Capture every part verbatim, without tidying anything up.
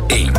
één.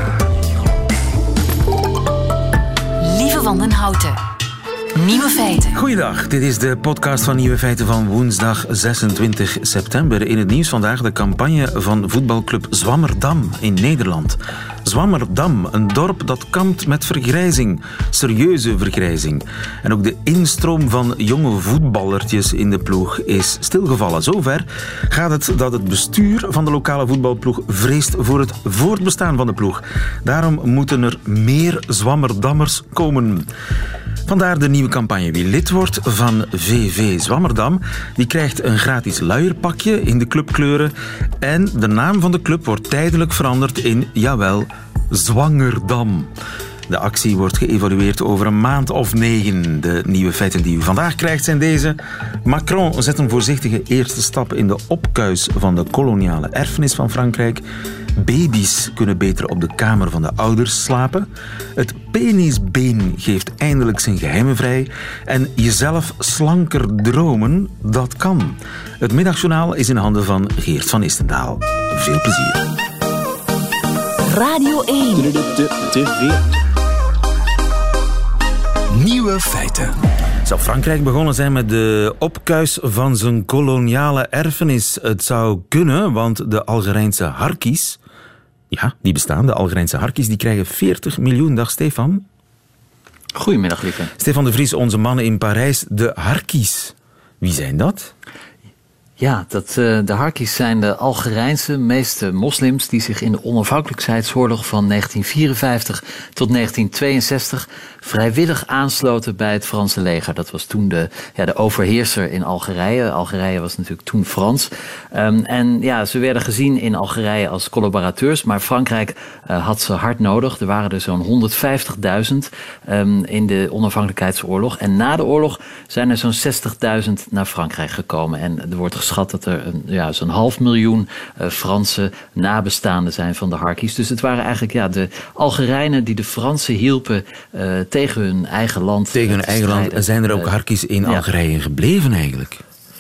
Lieve Wandenhouten. Nieuwe feiten. Goeiedag, dit is de podcast van Nieuwe Feiten van woensdag zesentwintig september. In het nieuws vandaag de campagne van voetbalclub Zwammerdam in Nederland. Zwammerdam, een dorp dat kampt met vergrijzing, serieuze vergrijzing. En ook de instroom van jonge voetballertjes in de ploeg is stilgevallen. Zover gaat het dat het bestuur van de lokale voetbalploeg vreest voor het voortbestaan van de ploeg. Daarom moeten er meer Zwammerdammers komen. Vandaar de nieuwe campagne. Wie lid wordt van V V Zwammerdam, die krijgt een gratis luierpakje in de clubkleuren. En de naam van de club wordt tijdelijk veranderd in, jawel, Zwangerdam. De actie wordt geëvalueerd over een maand of negen. De nieuwe feiten die u vandaag krijgt zijn deze. Macron zet een voorzichtige eerste stap in de opkuis van de koloniale erfenis van Frankrijk. Baby's kunnen beter op de kamer van de ouders slapen. Het penisbeen geeft eindelijk zijn geheimen vrij. En jezelf slanker dromen, dat kan. Het middagjournaal is in handen van Geert van Istendaal. Veel plezier. Radio één. Nieuwe feiten. Zou Frankrijk begonnen zijn met de opkuis van zijn koloniale erfenis? Het zou kunnen, want de Algerijnse harkis, ja, die bestaan, de Algerijnse harkis, die krijgen veertig miljoen. Dag Stefan. Goedemiddag, lieve. Stefan de Vries, onze mannen in Parijs, de harkis. Wie zijn dat? Ja, dat, uh, de harkis zijn de Algerijnse meeste moslims die zich in de onafhankelijkheidsoorlog van negentien vierenvijftig tot negentien tweeënzestig vrijwillig aansloten bij het Franse leger. Dat was toen de, ja, de overheerser in Algerije. Algerije was natuurlijk toen Frans. Um, en ja, ze werden gezien in Algerije als collaborateurs, maar Frankrijk uh, had ze hard nodig. Er waren er zo'n honderdvijftigduizend um, in de onafhankelijkheidsoorlog. En na de oorlog zijn er zo'n zestigduizend naar Frankrijk gekomen. En er wordt geschat dat er een, ja, zo'n half miljoen uh, Franse nabestaanden zijn van de harkis. Dus het waren eigenlijk ja, de Algerijnen die de Fransen hielpen uh, tegen hun eigen land. Tegen hun eigen land. En zijn er ook harkis in Algerije ja. gebleven eigenlijk?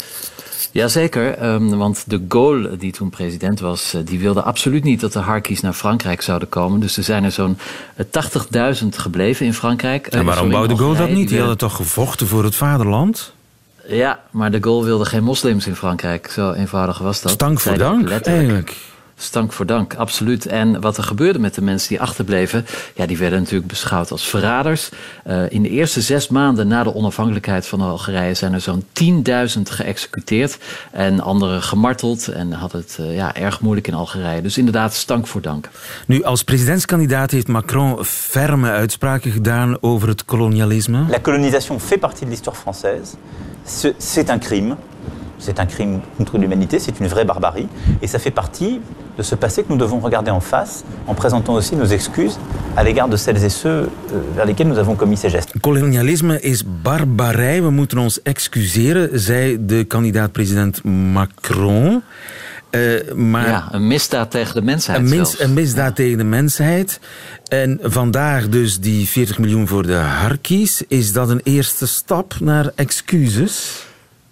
Jazeker, um, want de Gaulle, die toen president was, uh, die wilde absoluut niet dat de harkis naar Frankrijk zouden komen. Dus er zijn er zo'n uh, tachtigduizend gebleven in Frankrijk. En waarom uh, bouwde de Gaulle dat niet? Die hadden toch gevochten voor het vaderland? Ja, maar de Gaulle wilde geen moslims in Frankrijk. Zo eenvoudig was dat. Stank voor dank, eigenlijk. Stank voor dank, absoluut. En wat er gebeurde met de mensen die achterbleven, ja, die werden natuurlijk beschouwd als verraders. Uh, in de eerste zes maanden na de onafhankelijkheid van Algerije zijn er zo'n tienduizend geëxecuteerd en anderen gemarteld en had het uh, ja, erg moeilijk in Algerije. Dus inderdaad, stank voor dank. Nu, als presidentskandidaat heeft Macron ferme uitspraken gedaan over het kolonialisme. La colonisation fait partie de l'histoire française. C'est un crime. C'est un crime contre l'humanité, c'est une vraie barbarie. Et ça fait partie de ce passé que nous devons regarder en face, en présentant aussi nos excuses à l'égard de celles et ceux vers lesquels nous avons commis ces gestes. Kolonialisme is barbarij, we moeten ons excuseren, zei de kandidaat-president Macron. Uh, maar ja, een misdaad tegen de mensheid een, mis, zelfs. een misdaad ja. tegen de mensheid. En vandaar dus die veertig miljoen voor de harkis. Is dat een eerste stap naar excuses?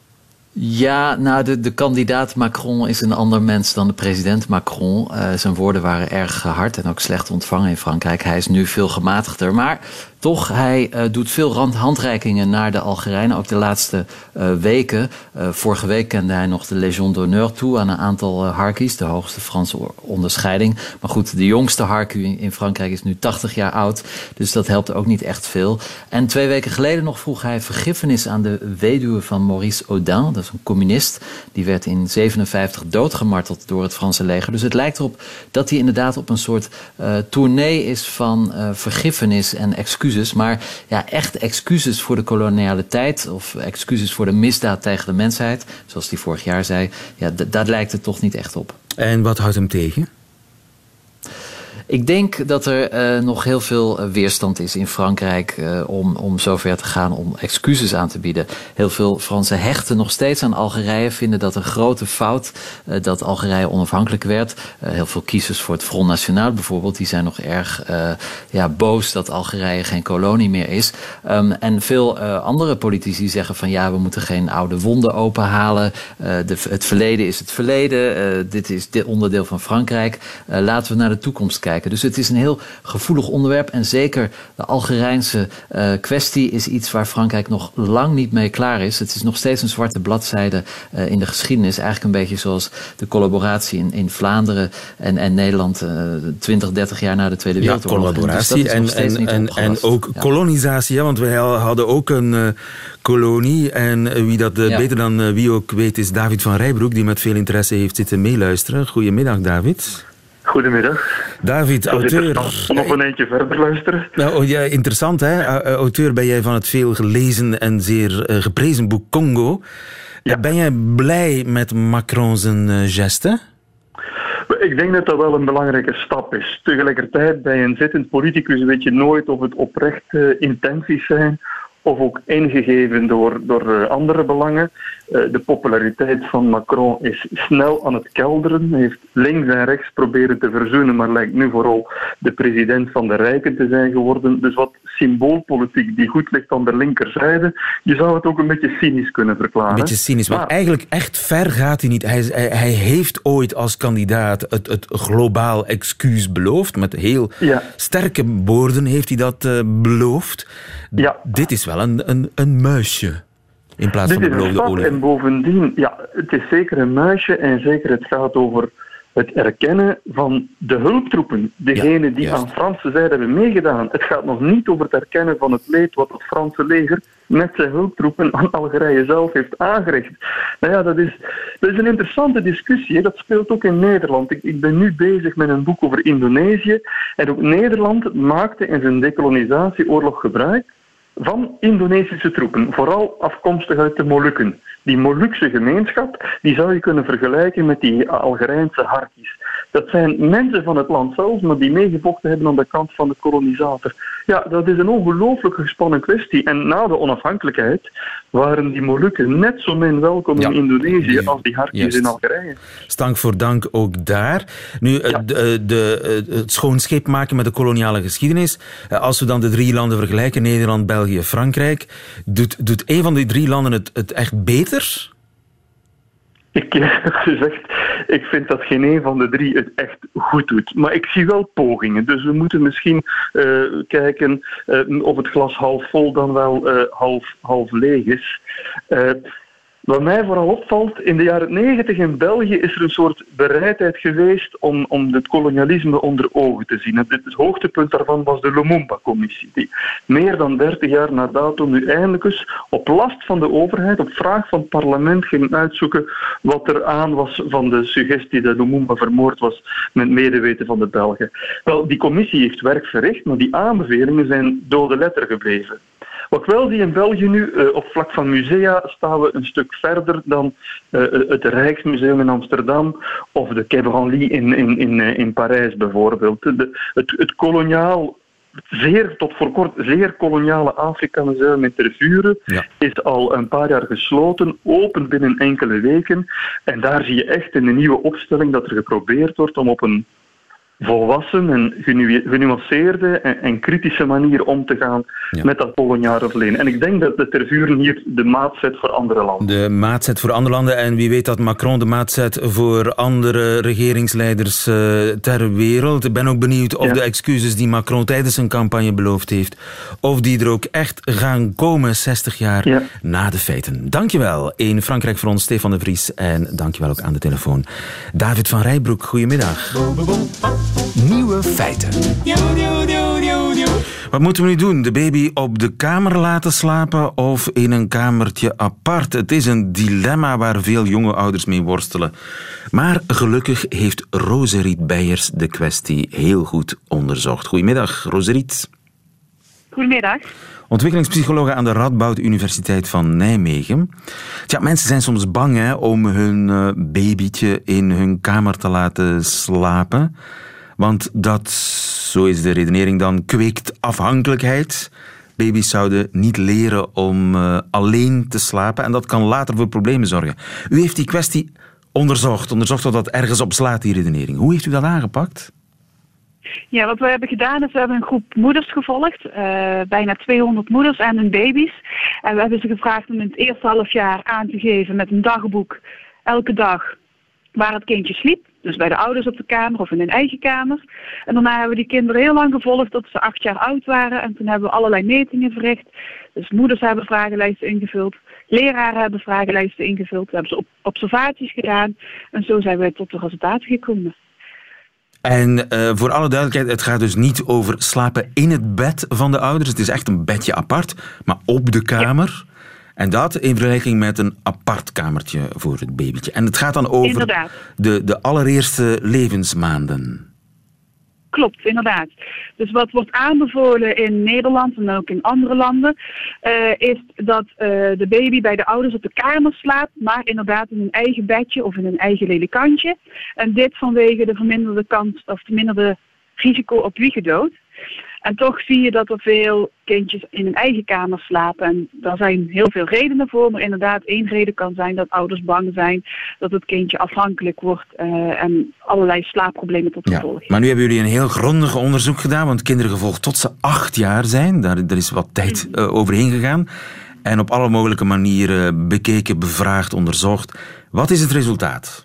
Ja, nou, de, de kandidaat Macron is een ander mens dan de president Macron. Uh, zijn woorden waren erg hard en ook slecht ontvangen in Frankrijk. Hij is nu veel gematigder, maar toch, hij uh, doet veel rand- handreikingen naar de Algerijnen, ook de laatste uh, weken. Uh, vorige week kende hij nog de Légion d'honneur toe aan een aantal uh, harkis, de hoogste Franse onderscheiding. Maar goed, de jongste harki in Frankrijk is nu tachtig jaar oud, dus dat helpt ook niet echt veel. En twee weken geleden nog vroeg hij vergiffenis aan de weduwe van Maurice Audin, dat is een communist. Die werd in zevenenvijftig doodgemarteld door het Franse leger. Dus het lijkt erop dat hij inderdaad op een soort uh, tournee is van uh, vergiffenis en excuses. Maar ja, echt excuses voor de koloniale tijd of excuses voor de misdaad tegen de mensheid, zoals hij vorig jaar zei, ja, d- daar lijkt het toch niet echt op. En wat houdt hem tegen? Ik denk dat er uh, nog heel veel uh, weerstand is in Frankrijk uh, om, om zover te gaan om excuses aan te bieden. Heel veel Fransen hechten nog steeds aan Algerije, vinden dat een grote fout uh, dat Algerije onafhankelijk werd. Uh, heel veel kiezers voor het Front National bijvoorbeeld, die zijn nog erg uh, ja, boos dat Algerije geen kolonie meer is. Um, en veel uh, andere politici zeggen van ja, we moeten geen oude wonden openhalen. Uh, de, het verleden is het verleden. Uh, dit is dit onderdeel van Frankrijk. Uh, laten we naar de toekomst kijken. kijken. Dus het is een heel gevoelig onderwerp. En zeker de Algerijnse uh, kwestie is iets waar Frankrijk nog lang niet mee klaar is. Het is nog steeds een zwarte bladzijde uh, in de geschiedenis. Eigenlijk een beetje zoals de collaboratie in, in Vlaanderen en, en Nederland uh, twintig, dertig jaar na de Tweede Wereldoorlog. Ja, collaboratie en, dus en, en, en, en ook ja. kolonisatie. Ja, want wij hadden ook een uh, kolonie. En uh, wie dat uh, ja. beter dan uh, wie ook weet is David van Rijbroek, die met veel interesse heeft zitten meeluisteren. Goedemiddag, David. Goedemiddag. David, dat auteur. Nog een eentje verder luisteren. Nou, oh, ja, interessant, hè? Uh, auteur ben jij van het veel gelezen en zeer uh, geprezen boek Congo. Ja. Ben jij blij met Macron zijn uh, geste? Ik denk dat dat wel een belangrijke stap is. Tegelijkertijd, bij een zittend politicus weet je nooit of het oprechte intenties zijn of ook ingegeven door, door uh, andere belangen. Uh, de populariteit van Macron is snel aan het kelderen. Hij heeft links en rechts proberen te verzoenen, maar lijkt nu vooral de president van de rijken te zijn geworden. Dus wat symboolpolitiek die goed ligt aan de linkerzijde, je zou het ook een beetje cynisch kunnen verklaren. Een beetje cynisch, maar, maar eigenlijk echt ver gaat hij niet. Hij, hij, hij heeft ooit als kandidaat het, het globaal excuus beloofd. Met heel ja. sterke woorden heeft hij dat uh, beloofd. Ja. Dit is wel een, een, een muisje. In plaats Dit van de beloofde olie. En bovendien, ja, het is zeker een muisje en zeker het gaat over het erkennen van de hulptroepen. Degenen ja, die juist. aan Franse zijde hebben meegedaan. Het gaat nog niet over het erkennen van het leed wat het Franse leger met zijn hulptroepen aan Algerije zelf heeft aangericht. Nou ja, dat is, dat is een interessante discussie. Hè. Dat speelt ook in Nederland. Ik, ik ben nu bezig met een boek over Indonesië. En ook Nederland maakte in zijn decolonisatieoorlog gebruik van Indonesische troepen, vooral afkomstig uit de Molukken. Die Molukse gemeenschap, die zou je kunnen vergelijken met die Algerijnse Harkis. Dat zijn mensen van het land zelf, maar die meegevochten hebben aan de kant van de kolonisator. Ja, dat is een ongelooflijk gespannen kwestie. En na de onafhankelijkheid waren die Molukken net zo min welkom ja, in Indonesië die, als die Harkis juist. in Algerije. Stank voor dank ook daar. Nu, ja. de, de, het schoon schip maken met de koloniale geschiedenis. Als we dan de drie landen vergelijken, Nederland, België, Frankrijk, doet, doet een van die drie landen het, het echt beter? Ik heb gezegd, ik vind dat geen een van de drie het echt goed doet. Maar ik zie wel pogingen. Dus we moeten misschien uh, kijken uh, of het glas half vol dan wel uh, half, half leeg is. Uh, Wat mij vooral opvalt, in de jaren negentig in België is er een soort bereidheid geweest om, om het kolonialisme onder ogen te zien. Het, het hoogtepunt daarvan was de Lumumba-commissie, die meer dan dertig jaar na datum nu eindelijk eens op last van de overheid, op vraag van het parlement, ging uitzoeken wat er aan was van de suggestie dat Lumumba vermoord was met medeweten van de Belgen. Wel, die commissie heeft werk verricht, maar die aanbevelingen zijn dode letter gebleven. Wat ik wel zie in België nu, uh, op vlak van musea staan we een stuk verder dan uh, het Rijksmuseum in Amsterdam of de Quai Branly in, in, in, uh, in Parijs bijvoorbeeld. De, het, het koloniaal, zeer, tot voor kort zeer koloniale Afrika Museum in Tervuren ja. is al een paar jaar gesloten, opent binnen enkele weken. En daar zie je echt in de nieuwe opstelling dat er geprobeerd wordt om op een volwassen en genu- genuanceerde en, en kritische manier om te gaan ja. met dat koloniale verleden. En ik denk dat de Tervuren hier de maat zet voor andere landen. De maat zet voor andere landen en wie weet dat Macron de maat zet voor andere regeringsleiders uh, ter wereld. Ik ben ook benieuwd of ja. de excuses die Macron tijdens zijn campagne beloofd heeft, of die er ook echt gaan komen zestig jaar ja. na de feiten. Dankjewel in Frankrijk voor ons, Stefan de Vries, en dankjewel ook aan de telefoon David van Rijbroek. Goedemiddag. Nieuwe feiten. Wat moeten we nu doen? De baby op de kamer laten slapen of in een kamertje apart? Het is een dilemma waar veel jonge ouders mee worstelen. Maar gelukkig heeft Roseriet Beijers de kwestie heel goed onderzocht. Goedemiddag, Roseriet. Goedemiddag. Ontwikkelingspsychologe aan de Radboud Universiteit van Nijmegen. Tja, mensen zijn soms bang hè, om hun uh, babytje in hun kamer te laten slapen. Want dat, zo is de redenering dan, kweekt afhankelijkheid. Baby's zouden niet leren om uh, alleen te slapen en dat kan later voor problemen zorgen. U heeft die kwestie onderzocht, onderzocht wat dat ergens op slaat, die redenering. Hoe heeft u dat aangepakt? Ja, wat we hebben gedaan is, we hebben een groep moeders gevolgd, uh, bijna tweehonderd moeders en hun baby's. En we hebben ze gevraagd om in het eerste half jaar aan te geven met een dagboek, elke dag, waar het kindje sliep. Dus bij de ouders op de kamer of in hun eigen kamer. En daarna hebben we die kinderen heel lang gevolgd tot ze acht jaar oud waren. En toen hebben we allerlei metingen verricht. Dus moeders hebben vragenlijsten ingevuld. Leraren hebben vragenlijsten ingevuld. We hebben ze op observaties gedaan. En zo zijn we tot de resultaten gekomen. En uh, voor alle duidelijkheid, het gaat dus niet over slapen in het bed van de ouders. Het is echt een bedje apart, maar op de kamer. Ja. En dat in vergelijking met een apart kamertje voor het babytje. En het gaat dan over de, de allereerste levensmaanden. Klopt, inderdaad. Dus wat wordt aanbevolen in Nederland en ook in andere landen, uh, is dat uh, de baby bij de ouders op de kamer slaapt, maar inderdaad in een eigen bedje of in een eigen ledikantje. En dit vanwege de verminderde kans of verminderde risico op wiegendood. En toch zie je dat er veel kindjes in een eigen kamer slapen. En daar zijn heel veel redenen voor. Maar inderdaad, één reden kan zijn dat ouders bang zijn dat het kindje afhankelijk wordt uh, en allerlei slaapproblemen tot gevolg heeft. Ja, maar nu hebben jullie een heel grondig onderzoek gedaan, want kinderen gevolgd tot ze acht jaar zijn. Daar, daar is wat tijd uh, overheen gegaan. En op alle mogelijke manieren bekeken, bevraagd, onderzocht. Wat is het resultaat?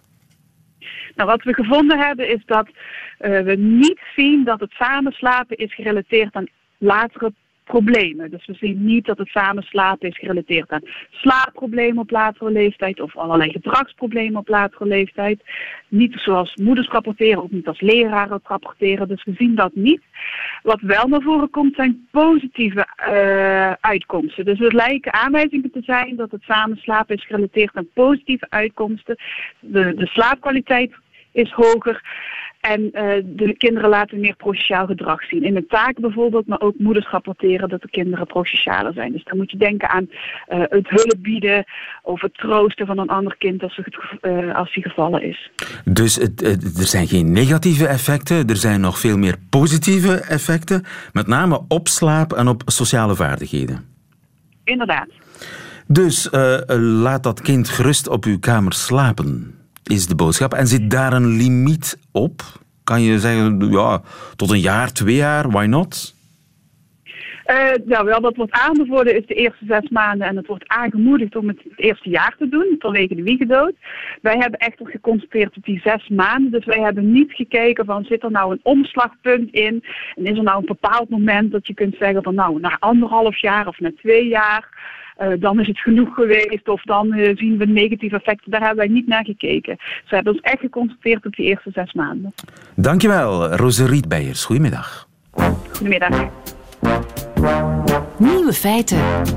Nou, wat we gevonden hebben is dat uh, we niet zien dat het samenslapen is gerelateerd aan latere problemen. Dus we zien niet dat het samenslapen is gerelateerd aan slaapproblemen op latere leeftijd of allerlei gedragsproblemen op latere leeftijd. Niet zoals moeders rapporteren, ook niet als leraren rapporteren. Dus we zien dat niet. Wat wel naar voren komt zijn positieve uh, uitkomsten. Dus het lijken aanwijzingen te zijn dat het samenslapen is gerelateerd aan positieve uitkomsten. De, de slaapkwaliteit is hoger. En uh, de kinderen laten meer prosociaal gedrag zien. In de taak bijvoorbeeld, maar ook moeders rapporteren dat de kinderen prosocialer zijn. Dus dan moet je denken aan uh, het hulp bieden of het troosten van een ander kind als hij uh, als die gevallen is. Dus het, het, er zijn geen negatieve effecten, er zijn nog veel meer positieve effecten. Met name op slaap en op sociale vaardigheden. Inderdaad. Dus uh, laat dat kind gerust op uw kamer slapen, is de boodschap. En zit daar een limiet op? Kan je zeggen, ja, tot een jaar, twee jaar, why not? Uh, nou, wel, wat wordt aanbevolen is de eerste zes maanden en het wordt aangemoedigd om het het eerste jaar te doen, vanwege de wiegendood. Wij hebben echter geconcentreerd op die zes maanden, dus wij hebben niet gekeken van, zit er nou een omslagpunt in? En is er nou een bepaald moment dat je kunt zeggen van, nou, na anderhalf jaar of na twee jaar, Uh, dan is het genoeg geweest of dan uh, zien we negatieve effecten. Daar hebben wij niet naar gekeken. Dus we hebben ons echt geconcentreerd op die eerste zes maanden. Dankjewel, Roseriet Beijers. Goedemiddag. Goedemiddag. Nieuwe feiten.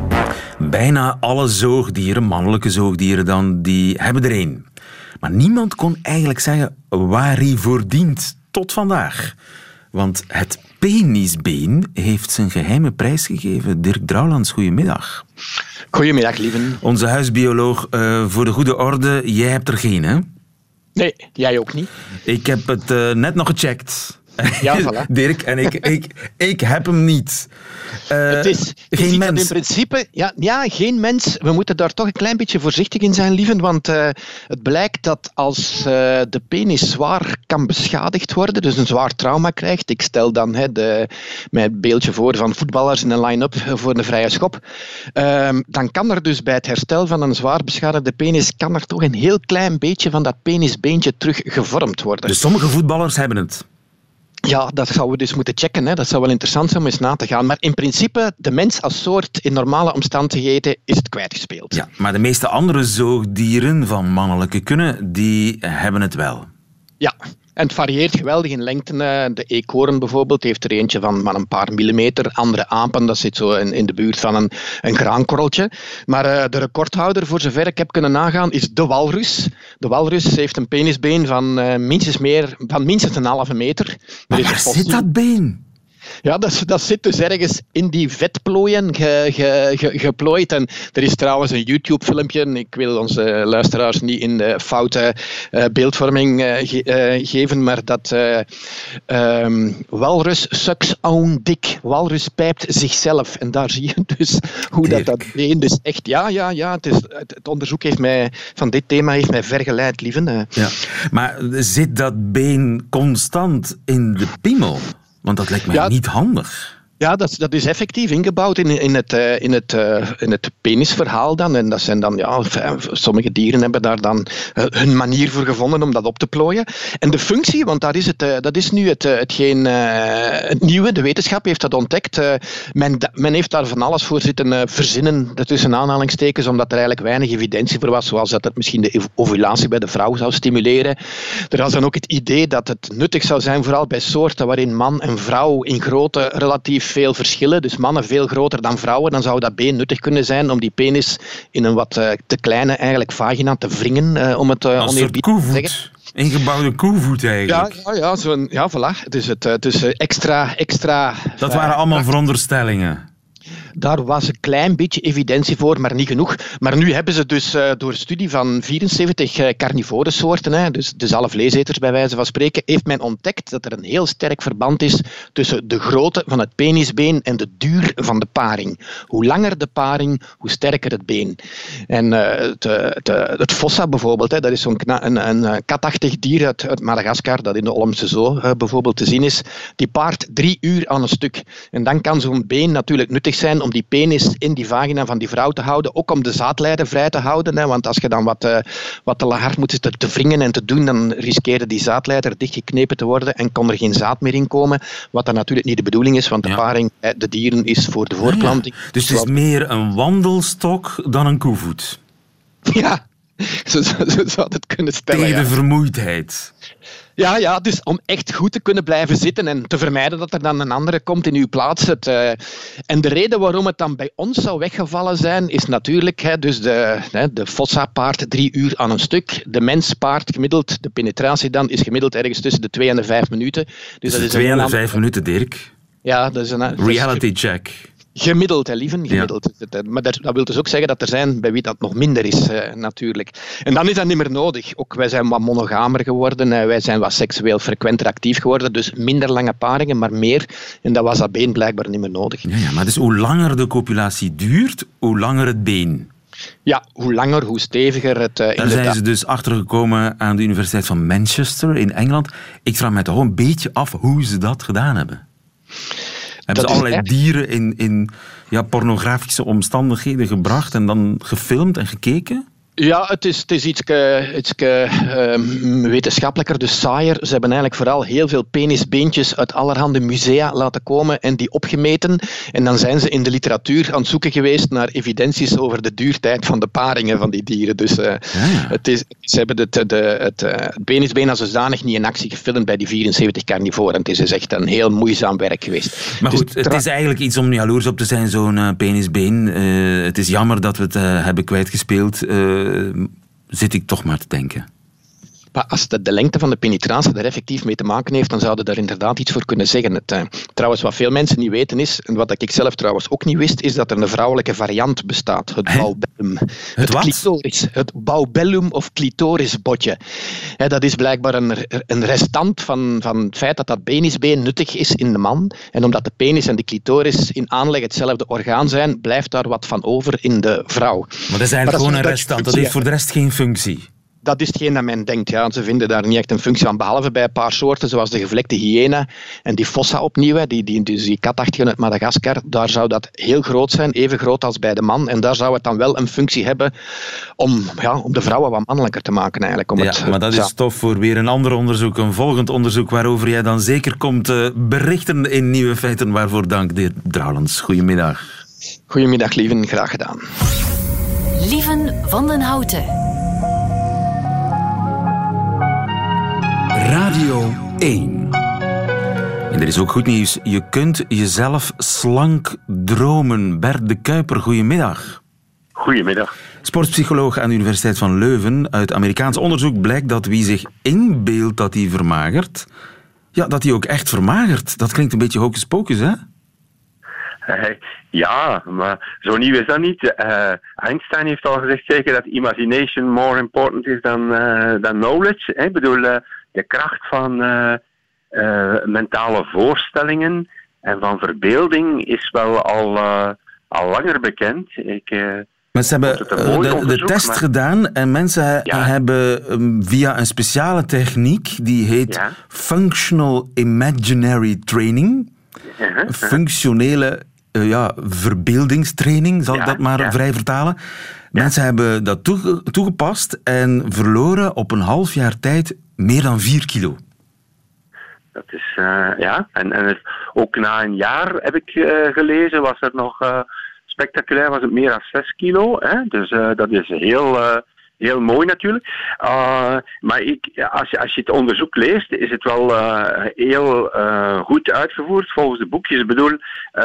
Bijna alle zoogdieren, mannelijke zoogdieren dan, die hebben er één. Maar niemand kon eigenlijk zeggen waar hij voor dient tot vandaag. Want het penisbeen heeft zijn geheime prijs gegeven. Dirk Drouwlands, goedemiddag. Goedemiddag, lieven. Onze huisbioloog, uh, voor de goede orde, jij hebt er geen, hè? Nee, jij ook niet. Ik heb het uh, net nog gecheckt. Ja, voilà. Dirk, en ik, ik, ik heb hem niet. Uh, het is geen mens. In principe, ja, ja, geen mens. We moeten daar toch een klein beetje voorzichtig in zijn, lieven, want uh, het blijkt dat als uh, de penis zwaar kan beschadigd worden, dus een zwaar trauma krijgt, ik stel dan he, de, mijn beeldje voor van voetballers in een line-up voor een vrije schop, uh, dan kan er dus bij het herstel van een zwaar beschadigde penis, kan er toch een heel klein beetje van dat penisbeentje terug gevormd worden. Dus sommige voetballers hebben het? Ja, dat zouden we dus moeten checken. Hè. Dat zou wel interessant zijn om eens na te gaan. Maar in principe, de mens als soort in normale omstandigheden is het kwijtgespeeld. Ja, maar de meeste andere zoogdieren van mannelijke kunnen, die hebben het wel. Ja, en het varieert geweldig in lengte. De eekhoorn bijvoorbeeld heeft er eentje van maar een paar millimeter. Andere apen, dat zit zo in, in de buurt van een, een graankorreltje. Maar uh, de recordhouder, voor zover ik heb kunnen nagaan, is de walrus. De walrus heeft een penisbeen van, uh, minstens, meer, van minstens een halve meter. Maar waar zit dat been? Ja, dat, dat zit dus ergens in die vetplooien ge, ge, ge, geplooid. En er is trouwens een YouTube-filmpje. Ik wil onze luisteraars niet in de foute uh, beeldvorming uh, ge, uh, geven, maar dat uh, um, walrus sucks own dick. Walrus pijpt zichzelf. En daar zie je dus hoe dat, dat been dus echt... Ja, ja, ja. Het, is, het, het onderzoek heeft mij, van dit thema heeft mij vergeleid, lieven. Uh. Ja. Maar zit dat been constant in de piemel? Want dat lijkt mij ja, niet handig. Ja, dat, dat is effectief ingebouwd in, in, het, uh, in, het, uh, in het penisverhaal dan. En dat zijn dan, ja, sommige dieren hebben daar dan uh, hun manier voor gevonden om dat op te plooien. En de functie, want daar is het, uh, dat is nu het, uh, hetgeen, uh, het nieuwe, de wetenschap heeft dat ontdekt. Uh, men, men heeft daar van alles voor zitten uh, verzinnen, tussen aanhalingstekens, omdat er eigenlijk weinig evidentie voor was, zoals dat het misschien de ovulatie bij de vrouw zou stimuleren. Er was dan ook het idee dat het nuttig zou zijn, vooral bij soorten waarin man en vrouw in grootte relatief veel verschillen, dus mannen veel groter dan vrouwen, dan zou dat been nuttig kunnen zijn om die penis in een wat uh, te kleine eigenlijk vagina te wringen, uh, om het uh, oneerbiedig te zeggen. Ingebouwde koevoet eigenlijk. Ja, ja, ja, zo'n, ja voilà. Het is, het, het is extra, extra... Dat waren uh, allemaal veronderstellingen. Daar was een klein beetje evidentie voor, maar niet genoeg. Maar nu hebben ze dus uh, door studie van vierenzeventig uh, carnivore soorten, hè, dus, dus alle vleeseters bij wijze van spreken, heeft men ontdekt dat er een heel sterk verband is tussen de grootte van het penisbeen en de duur van de paring. Hoe langer de paring, hoe sterker het been. En uh, het, het, het fossa bijvoorbeeld, hè, dat is zo'n kna- een, een katachtig dier uit, uit Madagaskar, dat in de Olmse Zoo uh, bijvoorbeeld te zien is, die paart drie uur aan een stuk. En dan kan zo'n been natuurlijk nuttig zijn om die penis in die vagina van die vrouw te houden, ook om de zaadleider vrij te houden, hè, want als je dan wat, uh, wat te hard moet zitten te wringen en te doen, dan riskeerde die zaadleider dichtgeknepen te worden en kon er geen zaad meer in komen, wat dan natuurlijk niet de bedoeling is, want de ja. paring, de dieren, is voor de voortplanting. Ja, ja. Dus het is meer een wandelstok dan een koevoet? Ja, zo, zo, zo zou het kunnen stellen. Tegen de ja. vermoeidheid. Ja, ja, dus om echt goed te kunnen blijven zitten en te vermijden dat er dan een andere komt in uw plaats. Het, uh, en de reden waarom het dan bij ons zou weggevallen zijn, is natuurlijk, hè, dus de, hè, de fossa paart drie uur aan een stuk. De mens paart gemiddeld, de penetratie dan, is gemiddeld ergens tussen de twee en de vijf minuten. Dus, dus dat de is twee en de andere... vijf minuten, Dirk. Ja, dat is een... Reality check. Gemiddeld, hè, lieven. Gemiddeld. Ja. Maar dat, dat wil dus ook zeggen dat er zijn bij wie dat nog minder is, uh, natuurlijk. En dan is dat niet meer nodig. Ook wij zijn wat monogamer geworden, uh, wij zijn wat seksueel frequenter actief geworden, dus minder lange paringen, maar meer. En dat was dat been blijkbaar niet meer nodig. Ja, ja, maar dus hoe langer de copulatie duurt, hoe langer het been. Ja, hoe langer, hoe steviger het... Uh, Daar zijn ze dus achtergekomen aan de Universiteit van Manchester in Engeland. Ik vraag me toch een beetje af hoe ze dat gedaan hebben. Hebben dat ze allerlei echt... dieren in, in ja, pornografische omstandigheden gebracht en dan gefilmd en gekeken? Ja, het is, het is iets, iets uh, wetenschappelijker, dus saaier. Ze hebben eigenlijk vooral heel veel penisbeentjes uit allerhande musea laten komen en die opgemeten. En dan zijn ze in de literatuur aan het zoeken geweest naar evidenties over de duurtijd van de paringen van die dieren. Dus uh, ja, ja. Het is, ze hebben het, de, het, uh, het penisbeen als zodanig niet in actie gefilmd bij die vierenzeventig carnivoren. Het is dus echt een heel moeizaam werk geweest. Maar goed, dus, het is eigenlijk iets om jaloers op te zijn, zo'n uh, penisbeen. Uh, het is jammer dat we het uh, hebben kwijtgespeeld. Uh, zit ik toch maar te denken. Maar als de, de lengte van de penetratie daar effectief mee te maken heeft, dan zouden daar inderdaad iets voor kunnen zeggen. Het, uh, trouwens, wat veel mensen niet weten is, en wat ik zelf trouwens ook niet wist, is dat er een vrouwelijke variant bestaat. Het He? baubellum. Het, het wat? clitoris. Het baubellum of clitorisbotje. He, dat is blijkbaar een, een restant van, van het feit dat dat penisbeen nuttig is in de man. En omdat de penis en de clitoris in aanleg hetzelfde orgaan zijn, blijft daar wat van over in de vrouw. Maar dat is eigenlijk maar gewoon een restant. Dat heeft voor de rest geen functie. Dat is hetgeen dat men denkt. Ja. Ze vinden daar niet echt een functie aan, behalve bij een paar soorten, zoals de gevlekte hyena en die fossa opnieuw, die, die, dus die katachtigen uit Madagaskar. Daar zou dat heel groot zijn, even groot als bij de man. En daar zou het dan wel een functie hebben om, ja, om de vrouwen wat mannelijker te maken. Eigenlijk, om ja, het, maar dat is stof voor weer een ander onderzoek, een volgend onderzoek waarover jij dan zeker komt uh, berichten in Nieuwe Feiten. Waarvoor dank, Dirk Drouwlens. Goedemiddag. Goedemiddag, lieven. Graag gedaan. Lieven van den Houten. Radio één. En er is ook goed nieuws. Je kunt jezelf slank dromen. Bert de Kuiper, goedemiddag. Goedemiddag. Sportpsycholoog aan de Universiteit van Leuven. Uit Amerikaans onderzoek blijkt dat wie zich inbeeldt dat hij vermagert, ja, dat hij ook echt vermagert. Dat klinkt een beetje hocus pocus, hè? Uh, ja, maar zo nieuw is dat niet. Uh, Einstein heeft al gezegd zeker dat imagination more important is dan uh, dan knowledge. Hè? Ik bedoel, uh, de kracht van uh, uh, mentale voorstellingen en van verbeelding is wel al, uh, al langer bekend. Ik, uh, maar ze hebben de, de test maar... gedaan en mensen ja. hebben um, via een speciale techniek, die heet ja. Functional Imaginary Training, Uh-huh. Functionele uh, ja, verbeeldingstraining, zal ik Ja, dat maar ja. vrij vertalen. Mensen hebben dat toege- toegepast en verloren op een half jaar tijd meer dan vier kilo. Dat is, uh, ja. En, en het, ook na een jaar, heb ik uh, gelezen, was er nog uh, spectaculair, was het meer dan zes kilo. Hè? Dus uh, dat is heel, uh, heel mooi natuurlijk. Uh, maar ik, als, je, als je het onderzoek leest, is het wel uh, heel uh, goed uitgevoerd volgens de boekjes. Ik bedoel,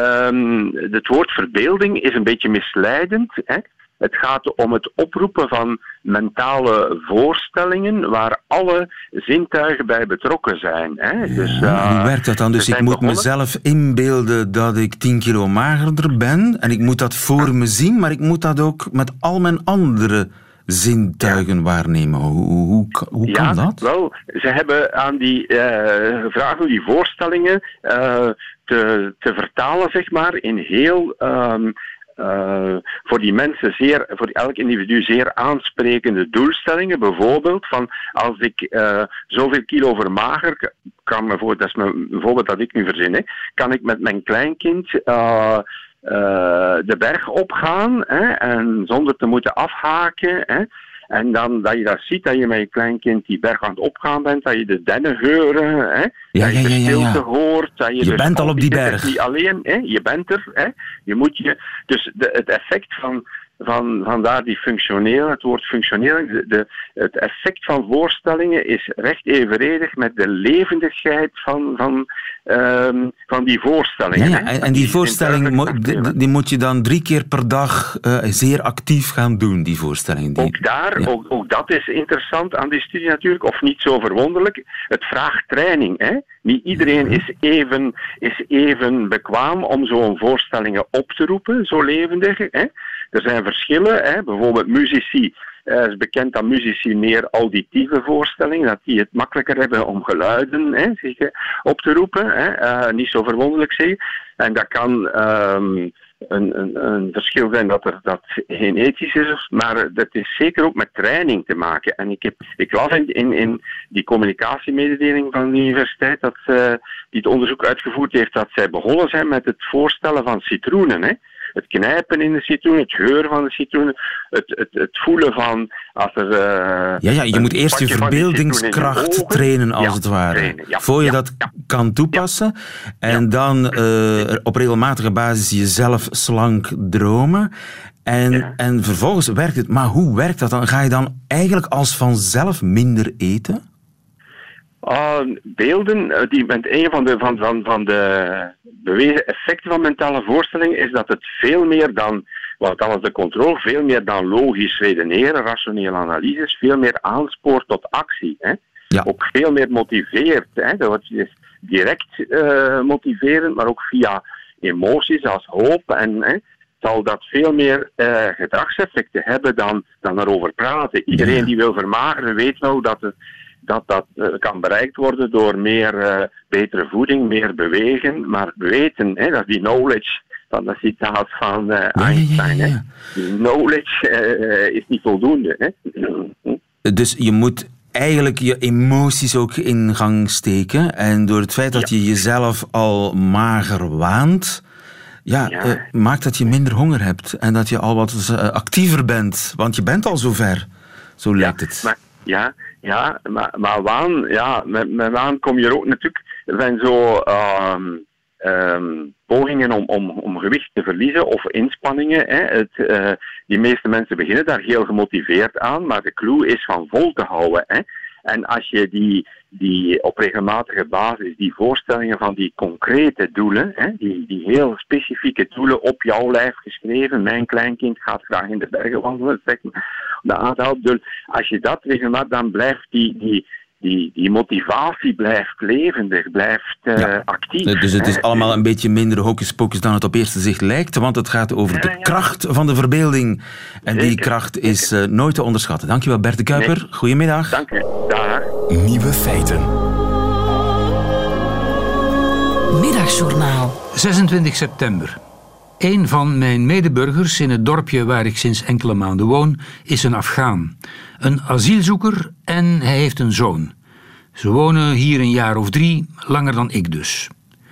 um, het woord verbeelding is een beetje misleidend, hè? Het gaat om het oproepen van mentale voorstellingen waar alle zintuigen bij betrokken zijn. Hè? Ja, dus, uh, hoe werkt dat dan? Dus ik moet begonnen... mezelf inbeelden dat ik tien kilo magerder ben en ik moet dat voor me zien, maar ik moet dat ook met al mijn andere zintuigen ja. waarnemen. Hoe, hoe, hoe ja, kan dat? Wel, ze hebben aan die uh, gevraagd om die voorstellingen uh, te, te vertalen, zeg maar, in heel... Um, Uh, voor die mensen zeer, voor elk individu zeer aansprekende doelstellingen. Bijvoorbeeld van als ik uh, zoveel kilo vermager, kan me voor, dat is een voorbeeld dat ik nu verzin, hè, kan ik met mijn kleinkind uh, uh, de berg opgaan hè, en zonder te moeten afhaken. Hè. En dan dat je dat ziet, dat je met je kleinkind die berg aan het opgaan bent, dat je de dennengeuren, hè, ja, dat je ja, de ja, ja, stilte ja. hoort. Dat je je dus bent al op die berg. Niet alleen, hè, je bent er. Hè, je moet je, dus de, het effect van, van, vandaar die functioneel, het woord functioneel, de, de, het effect van voorstellingen is recht evenredig met de levendigheid van, van, um, van die voorstellingen. Ja, ja. En, en die voorstelling mo- die, die moet je dan drie keer per dag uh, zeer actief gaan doen, die voorstelling. Die... Ook daar, ja. ook, ook dat is interessant aan die studie natuurlijk, of niet zo verwonderlijk. Het vraagt training. Hè? Niet iedereen Ja. is even, is even bekwaam om zo'n voorstellingen op te roepen, zo levendig. Hè? Er zijn verschillen, hè? Bijvoorbeeld muzici. Het is bekend dat muzici meer auditieve voorstellingen, dat die het makkelijker hebben om geluiden hè, zich op te roepen. Hè. Uh, niet zo verwonderlijk zeg. En dat kan um, een, een, een verschil zijn dat er dat genetisch is, maar dat is zeker ook met training te maken. En ik, heb, ik las in, in, in die communicatiemededeling van de universiteit dat uh, die het onderzoek uitgevoerd heeft dat zij begonnen zijn met het voorstellen van citroenen. Hè. Het knijpen in de citroen, het geur van de citroen, het, het, het voelen van als er... Uh, ja, ja, je moet eerst je verbeeldingskracht trainen, als ja, het ware. Trainen, ja, voor je ja, dat ja, kan toepassen. Ja, en ja. dan uh, op regelmatige basis jezelf slank dromen. En, ja. en vervolgens werkt het. Maar hoe werkt dat dan? Ga je dan eigenlijk als vanzelf minder eten? Uh, beelden, die met een van de, van, van, van de bewezen effecten van mentale voorstellingen is dat het veel meer dan, want dat was de controle, veel meer dan logisch redeneren, rationele analyses, veel meer aanspoort tot actie. Hè? Ja. Ook veel meer motiveert. Hè? Dat is direct uh, motiverend, maar ook via emoties als hoop en... Hè? Zal dat veel meer uh, gedragseffecten hebben dan, dan erover praten. Iedereen ja. die wil vermageren weet nou dat het dat dat uh, kan bereikt worden door meer, uh, betere voeding, meer bewegen. Maar weten, hè, dat is die knowledge van dat citaat van uh, Einstein. Ja, ja, ja, ja. Hè. Die knowledge uh, is niet voldoende. Hè. Dus je moet eigenlijk je emoties ook in gang steken. En door het feit dat ja. je jezelf al mager waant... Ja, ja. Uh, maakt dat je minder honger hebt. En dat je al wat uh, actiever bent. Want je bent al zover. Zo lijkt ja, het. Maar, ja, ja, maar, maar waan, ja, met, met waan kom je er ook natuurlijk... Er zijn zo um, um, pogingen om, om, om gewicht te verliezen of inspanningen. Hè. Het, uh, die meeste mensen beginnen daar heel gemotiveerd aan, maar de clue is van vol te houden. Hè. En als je die, die op regelmatige basis die voorstellingen van die concrete doelen, hè, die, die heel specifieke doelen op jouw lijf geschreven, mijn kleinkind gaat graag in de bergen wandelen, zeg maar, de aantal doelen. Als je dat regelmatig, dan blijft die, die, die, die motivatie blijft levendig, blijft uh, ja. actief. Dus het is hè. allemaal een beetje minder hocus pocus dan het op eerste zicht lijkt, want het gaat over ja, de ja. kracht van de verbeelding. En Zeker. die kracht is uh, nooit te onderschatten. Dankjewel Bert de Kuiper. Nee. Goedemiddag. Dank u. Dag. Nieuwe feiten. Middagjournaal. zesentwintig september. Een van mijn medeburgers in het dorpje waar ik sinds enkele maanden woon, is een Afghaan. Een asielzoeker en hij heeft een zoon. Ze wonen hier een jaar of drie, langer dan ik dus.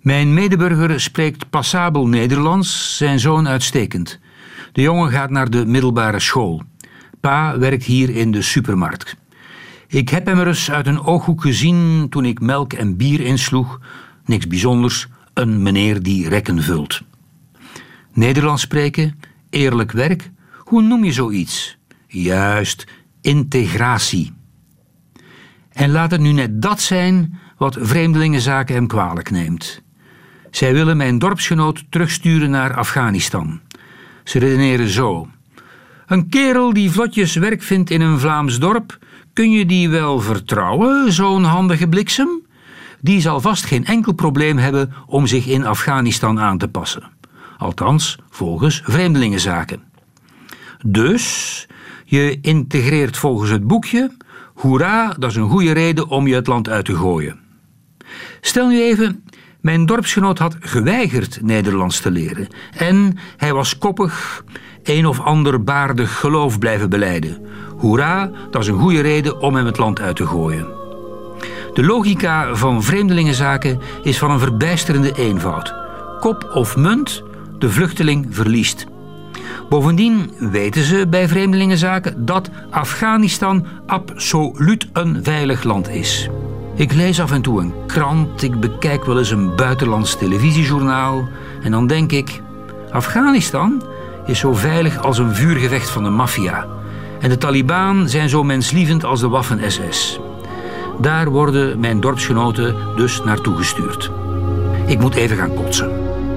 Mijn medeburger spreekt passabel Nederlands, zijn zoon uitstekend. De jongen gaat naar de middelbare school. Pa werkt hier in de supermarkt. Ik heb hem er eens uit een ooghoek gezien toen ik melk en bier insloeg. Niks bijzonders, een meneer die rekken vult. Nederlands spreken, eerlijk werk, hoe noem je zoiets? Juist, integratie. En laat het nu net dat zijn wat Vreemdelingenzaken hem kwalijk neemt. Zij willen mijn dorpsgenoot terugsturen naar Afghanistan. Ze redeneren zo. Een kerel die vlotjes werk vindt in een Vlaams dorp, kun je die wel vertrouwen, zo'n handige bliksem? Die zal vast geen enkel probleem hebben om zich in Afghanistan aan te passen. Althans, volgens Vreemdelingenzaken. Dus, je integreert volgens het boekje, hoera, dat is een goede reden om je het land uit te gooien. Stel nu even, mijn dorpsgenoot had geweigerd Nederlands te leren en hij was koppig, een of ander baardig geloof blijven belijden. Hoera, dat is een goede reden om hem het land uit te gooien. De logica van Vreemdelingenzaken is van een verbijsterende eenvoud. Kop of munt, de vluchteling verliest. Bovendien weten ze bij Vreemdelingenzaken dat Afghanistan absoluut een veilig land is. Ik lees af en toe een krant, ik bekijk wel eens een buitenlands televisiejournaal en dan denk ik, Afghanistan is zo veilig als een vuurgevecht van de maffia. En de Taliban zijn zo menslievend als de Waffen-S S. Daar worden mijn dorpsgenoten dus naartoe gestuurd. Ik moet even gaan kotsen.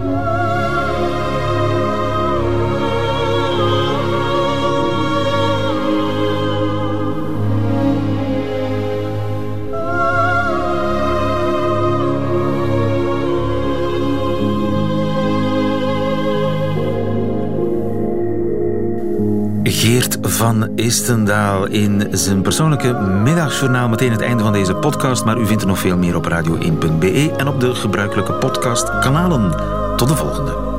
Geert van Istendaal in zijn persoonlijke middagjournaal. Meteen het einde van deze podcast, maar u vindt er nog veel meer op radio één punt be en op de gebruikelijke podcastkanalen. Tot de volgende.